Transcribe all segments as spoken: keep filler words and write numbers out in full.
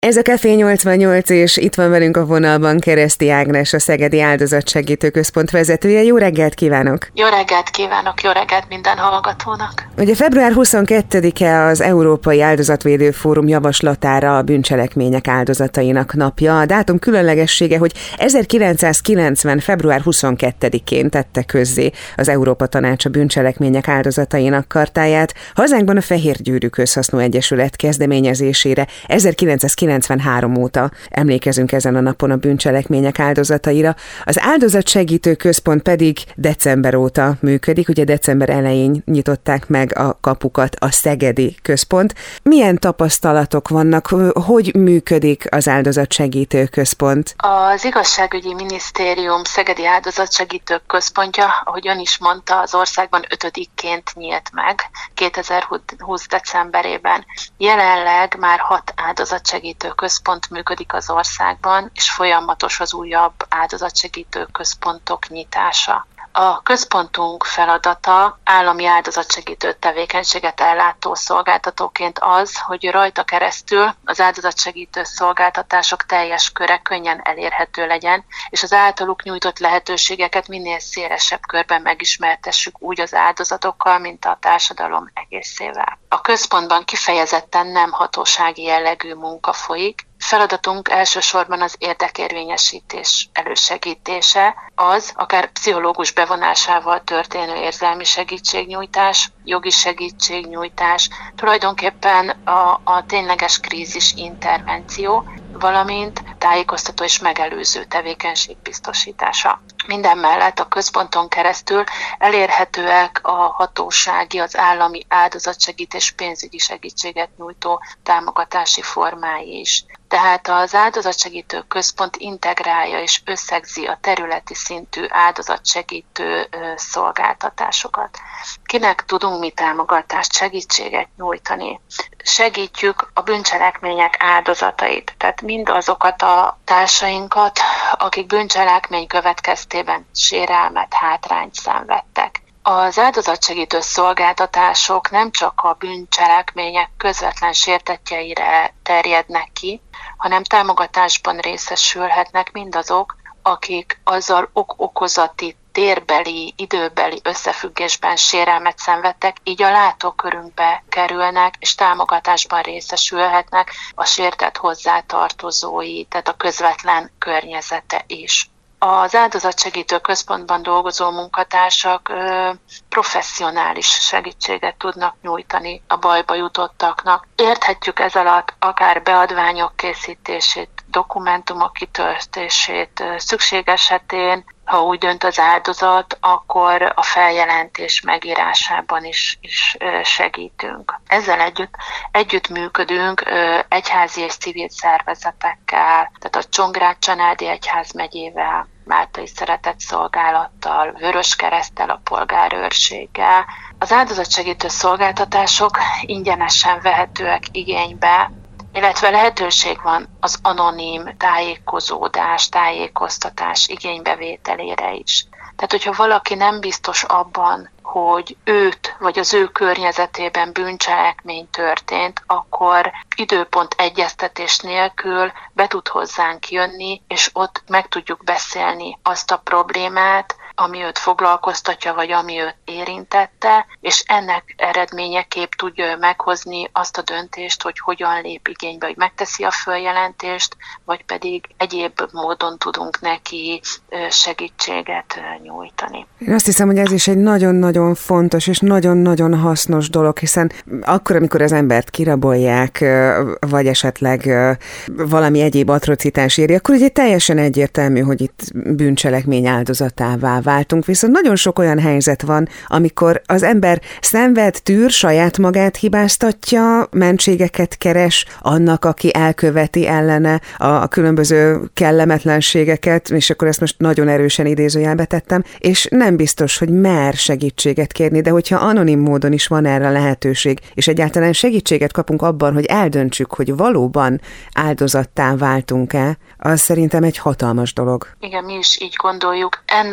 Ez a Café nyolcvannyolc, és itt van velünk a vonalban Kereszti Ágnes, a Szegedi Áldozatsegítő Központ vezetője. Jó reggelt kívánok! Jó reggelt kívánok, jó reggelt minden hallgatónak! Ugye február huszonkettedike az Európai Áldozatvédő Fórum javaslatára a bűncselekmények áldozatainak napja. A dátum különlegessége, hogy ezerkilencszázkilencven. február huszonkettedikén tette közzé az Európa Tanács a bűncselekmények áldozatainak chartáját. Hazánkban a Fehérgyőrű Közhasznú Egyesület kezdeményezésére ezerkilencszázkilencvenhárom óta emlékezünk ezen a napon a bűncselekmények áldozataira. Az Áldozatsegítő Központ pedig december óta működik, ugye december elején nyitották meg a kapukat a Szegedi Központ. Milyen tapasztalatok vannak, hogy működik az Áldozatsegítő Központ? Az Igazságügyi Minisztérium Szegedi Áldozatsegítő Központja, ahogy ön is mondta, az országban ötödikként nyílt meg kétezer-húsz. decemberében. Jelenleg már hat áldozatsegítő központ működik az országban, és folyamatos az újabb áldozatsegítő központok nyitása. A központunk feladata állami áldozatsegítő tevékenységet ellátó szolgáltatóként az, hogy rajta keresztül az áldozatsegítő szolgáltatások teljes köre könnyen elérhető legyen, és az általuk nyújtott lehetőségeket minél szélesebb körben megismertessük úgy az áldozatokkal, mint a társadalom egészével. A központban kifejezetten nem hatósági jellegű munka folyik. Feladatunk elsősorban az érdekérvényesítés elősegítése, az akár pszichológus bevonásával történő érzelmi segítségnyújtás, jogi segítségnyújtás, tulajdonképpen a, a tényleges krízis intervenció, valamint tájékoztató és megelőző tevékenység biztosítása. Minden mellett a központon keresztül elérhetőek a hatósági, az állami áldozatsegítés pénzügyi segítséget nyújtó támogatási formái is. Tehát az áldozatsegítő központ integrálja és összegzi a területi szintű áldozatsegítő szolgáltatásokat. Kinek tudunk mi támogatást, segítséget nyújtani? Segítjük a bűncselekmények áldozatait, tehát mindazokat a társainkat, akik bűncselekmény következtében sérelmet, hátrányt szenvedtek. Az áldozatsegítő szolgáltatások nem csak a bűncselekmények közvetlen sértettjeire terjednek ki, hanem támogatásban részesülhetnek mindazok, akik azzal ok-okozati térbeli, időbeli összefüggésben sérelmet szenvedtek, így a látókörünkbe kerülnek, és támogatásban részesülhetnek a sértett hozzátartozói, tehát a közvetlen környezete is. Az áldozatsegítő központban dolgozó munkatársak ö, professzionális segítséget tudnak nyújtani a bajba jutottaknak. Érthetjük ez alatt akár beadványok készítését, dokumentumok kitöltését, szükség esetén, ha úgy dönt az áldozat, akkor a feljelentés megírásában is, is segítünk. Ezzel együtt, együtt működünk egyházi és civil szervezetekkel, tehát a Csongrád Csanádi Egyházmegyével, Máltai Szeretetszolgálattal, Vöröskereszttel, a polgárőrséggel. Az áldozatsegítő szolgáltatások ingyenesen vehetőek igénybe, illetve lehetőség van az anonim tájékozódás, tájékoztatás igénybevételére is. Tehát, hogyha valaki nem biztos abban, hogy őt vagy az ő környezetében bűncselekmény történt, akkor időpont egyeztetés nélkül be tud hozzánk jönni, és ott meg tudjuk beszélni azt a problémát, ami őt foglalkoztatja, vagy ami őt érintette, és ennek eredményeképp tudja meghozni azt a döntést, hogy hogyan lép igénybe, hogy megteszi a följelentést, vagy pedig egyéb módon tudunk neki segítséget nyújtani. Én azt hiszem, hogy ez is egy nagyon-nagyon fontos és nagyon-nagyon hasznos dolog, hiszen akkor, amikor az embert kirabolják, vagy esetleg valami egyéb atrocitás éri, akkor ugye teljesen egyértelmű, hogy itt bűncselekmény áldozatává váltunk, viszont nagyon sok olyan helyzet van, amikor az ember szenved, tűr, saját magát hibáztatja, mentségeket keres annak, aki elköveti ellene a különböző kellemetlenségeket, és akkor ezt most nagyon erősen idézőjelbe tettem, és nem biztos, hogy mer segítséget kérni, de hogyha anonim módon is van erre lehetőség, és egyáltalán segítséget kapunk abban, hogy eldöntsük, hogy valóban áldozattá váltunk-e, az szerintem egy hatalmas dolog. Igen, mi is így gondoljuk. Ennek a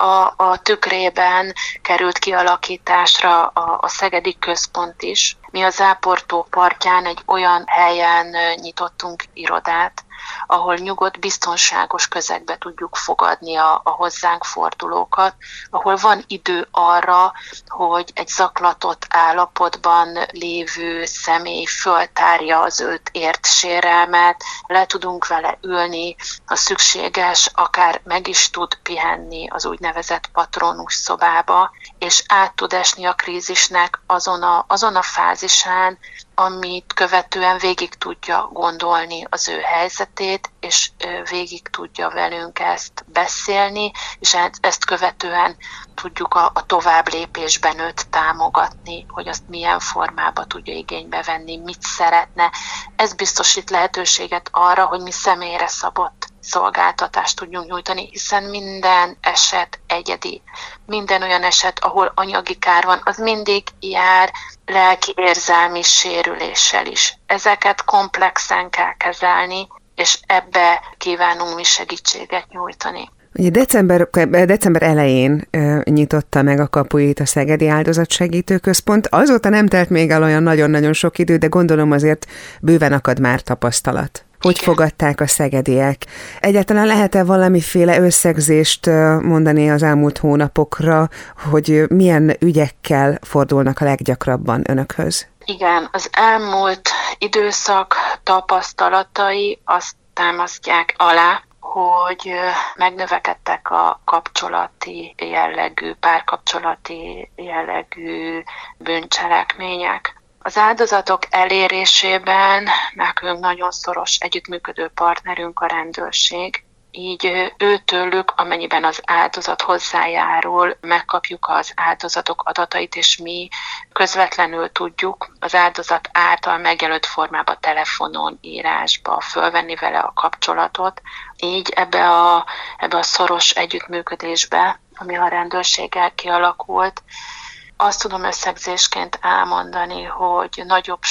a, a tükrében került kialakításra a, a Szegedi Központ is. Mi a Záportó partján egy olyan helyen nyitottunk irodát, ahol nyugodt, biztonságos közegbe tudjuk fogadni a, a hozzánk fordulókat, ahol van idő arra, hogy egy zaklatott állapotban lévő személy föltárja az őt ért sérelmet, le tudunk vele ülni, ha szükséges, akár meg is tud pihenni az úgynevezett patronus szobába, és át tud esni a krízisnek azon a, azon a fázisán, amit követően végig tudja gondolni az ő helyzetét, és végig tudja velünk ezt beszélni, és ezt követően tudjuk a, a tovább lépésben őt támogatni, hogy azt milyen formában tudja igénybe venni, mit szeretne. Ez biztosít lehetőséget arra, hogy mi személyre szabott szolgáltatást tudjunk nyújtani, hiszen minden eset egyedi. Minden olyan eset, ahol anyagi kár van, az mindig jár lelki érzelmi sérüléssel is. Ezeket komplexen kell kezelni, és ebbe kívánunk mi segítséget nyújtani. Ugye december, december elején ö, nyitotta meg a kapuit a Szegedi Áldozatsegítő Központ. Azóta nem telt még el olyan nagyon-nagyon sok idő, de gondolom azért bőven akad már tapasztalat. Hogy Igen. fogadták a szegediek? Egyáltalán lehet-e valamiféle összegzést mondani az elmúlt hónapokra, hogy milyen ügyekkel fordulnak a leggyakrabban önökhöz? Igen, az elmúlt időszak tapasztalatai azt támasztják alá, hogy megnövekedtek a kapcsolati jellegű, párkapcsolati jellegű bűncselekmények. Az áldozatok elérésében nekünk nagyon szoros együttműködő partnerünk a rendőrség, így őtőlük, amennyiben az áldozat hozzájárul, megkapjuk az áldozatok adatait, és mi közvetlenül tudjuk az áldozat által megjelölt formában, telefonon, írásba fölvenni vele a kapcsolatot. Így ebbe a, ebbe a szoros együttműködésbe, ami a rendőrséggel kialakult, azt tudom összegzésként elmondani, hogy nagyobb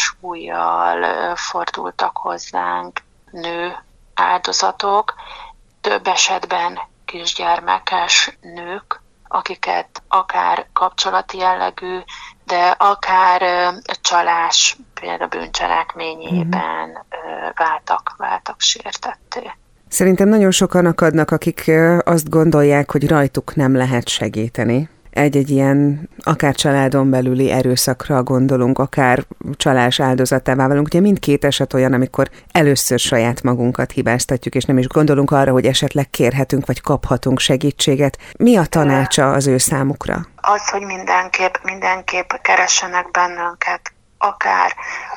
súllyal fordultak hozzánk nő áldozatok, több esetben kisgyermekes nők, akiket akár kapcsolati jellegű, de akár csalás, például bűncselekményében mm. váltak, váltak sértetté. Szerintem nagyon sokan akadnak, akik azt gondolják, hogy rajtuk nem lehet segíteni. Egy-egy ilyen, akár családon belüli erőszakra gondolunk, akár csalás áldozatává válunk. Ugye mindkét eset olyan, amikor először saját magunkat hibáztatjuk, és nem is gondolunk arra, hogy esetleg kérhetünk, vagy kaphatunk segítséget. Mi a tanácsa az ő számukra? Az, hogy mindenképp, mindenképp keressenek bennünket, akár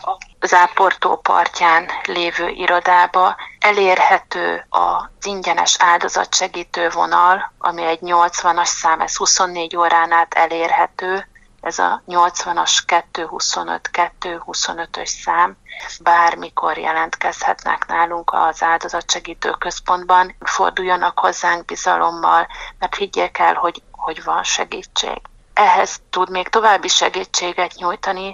a Záportó partján lévő irodába. Elérhető az ingyenes áldozatsegítő vonal, ami egy nyolcvanas szám, ez huszonnégy órán át elérhető, ez a nyolcvanas kettő huszonöt kettő huszonötös szám. Bármikor jelentkezhetnek nálunk az áldozatsegítő központban, forduljanak hozzánk bizalommal, mert higgyék el, hogy, hogy van segítség. Ehhez tud még további segítséget nyújtani,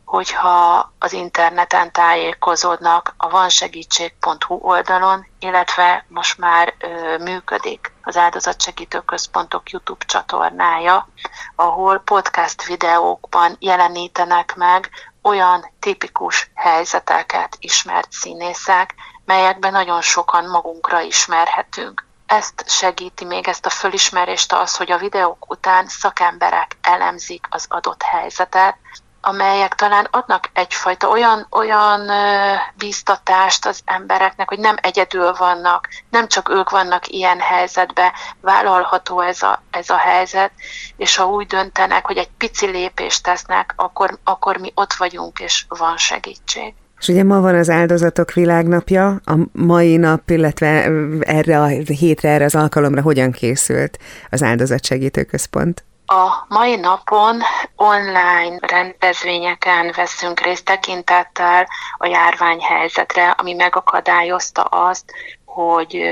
hogyha az interneten tájékozódnak a vansegítség pont hu oldalon, illetve most már ö, működik az Áldozatsegítő Központok YouTube csatornája, ahol podcast videókban jelenítenek meg olyan tipikus helyzeteket ismert színészek, melyekben nagyon sokan magunkra ismerhetünk. Ezt segíti még, ezt a fölismerést az, hogy a videók után szakemberek elemzik az adott helyzetet, amelyek talán adnak egyfajta olyan, olyan ö, bíztatást az embereknek, hogy nem egyedül vannak, nem csak ők vannak ilyen helyzetben, vállalható ez a, ez a helyzet, és ha úgy döntenek, hogy egy pici lépést tesznek, akkor, akkor mi ott vagyunk, és van segítség. És ugye ma van az Áldozatok Világnapja, a mai nap, illetve erre a hétre, erre az alkalomra hogyan készült az Áldozatsegítő Központ? A mai napon online rendezvényeken veszünk részt tekintettel a járványhelyzetre, ami megakadályozta azt, hogy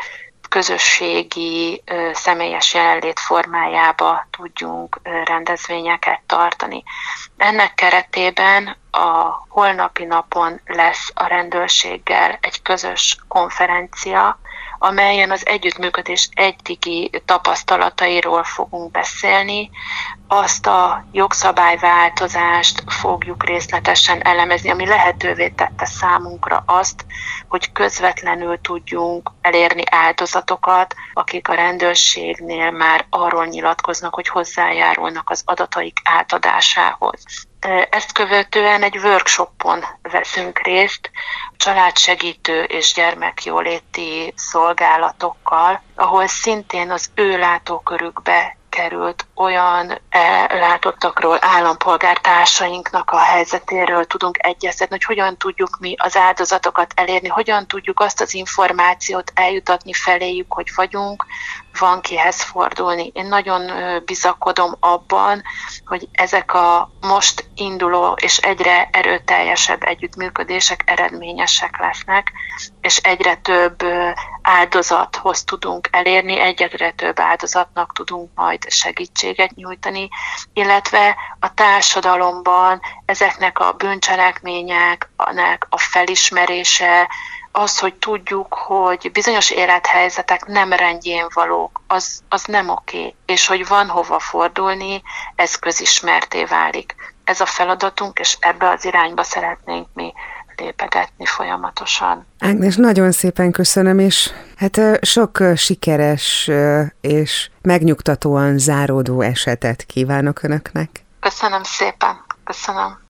közösségi, személyes jelenlét formájába tudjunk rendezvényeket tartani. Ennek keretében a holnapi napon lesz a rendőrséggel egy közös konferencia, amelyen az együttműködés eddigi tapasztalatairól fogunk beszélni. Azt a jogszabályváltozást fogjuk részletesen elemezni, ami lehetővé tette számunkra azt, hogy közvetlenül tudjunk elérni áldozatokat, akik a rendőrségnél már arról nyilatkoznak, hogy hozzájárulnak az adataik átadásához. Ezt követően egy workshopon veszünk részt családsegítő és gyermekjóléti szolgálatokkal, ahol szintén az ő látókörükbe került olyan ellátottakról, állampolgártársainknak a helyzetéről tudunk egyeztetni, hogy hogyan tudjuk mi az áldozatokat elérni, hogyan tudjuk azt az információt eljutatni feléjük, hogy vagyunk, van kihez fordulni. Én nagyon bizakodom abban, hogy ezek a most induló és egyre erőteljesebb együttműködések eredményesek lesznek, és egyre több áldozathoz tudunk elérni, egyre több áldozatnak tudunk majd segítséget nyújtani, illetve a társadalomban ezeknek a bűncselekményeknek a felismerése, az, hogy tudjuk, hogy bizonyos élethelyzetek nem rendjén valók, az, az nem oké, és hogy van hova fordulni, ez közismerté válik. Ez a feladatunk, és ebbe az irányba szeretnénk mi lépegetni folyamatosan. Ágnes, nagyon szépen köszönöm, és hát sok sikeres és megnyugtatóan záródó esetet kívánok Önöknek. Köszönöm szépen, köszönöm.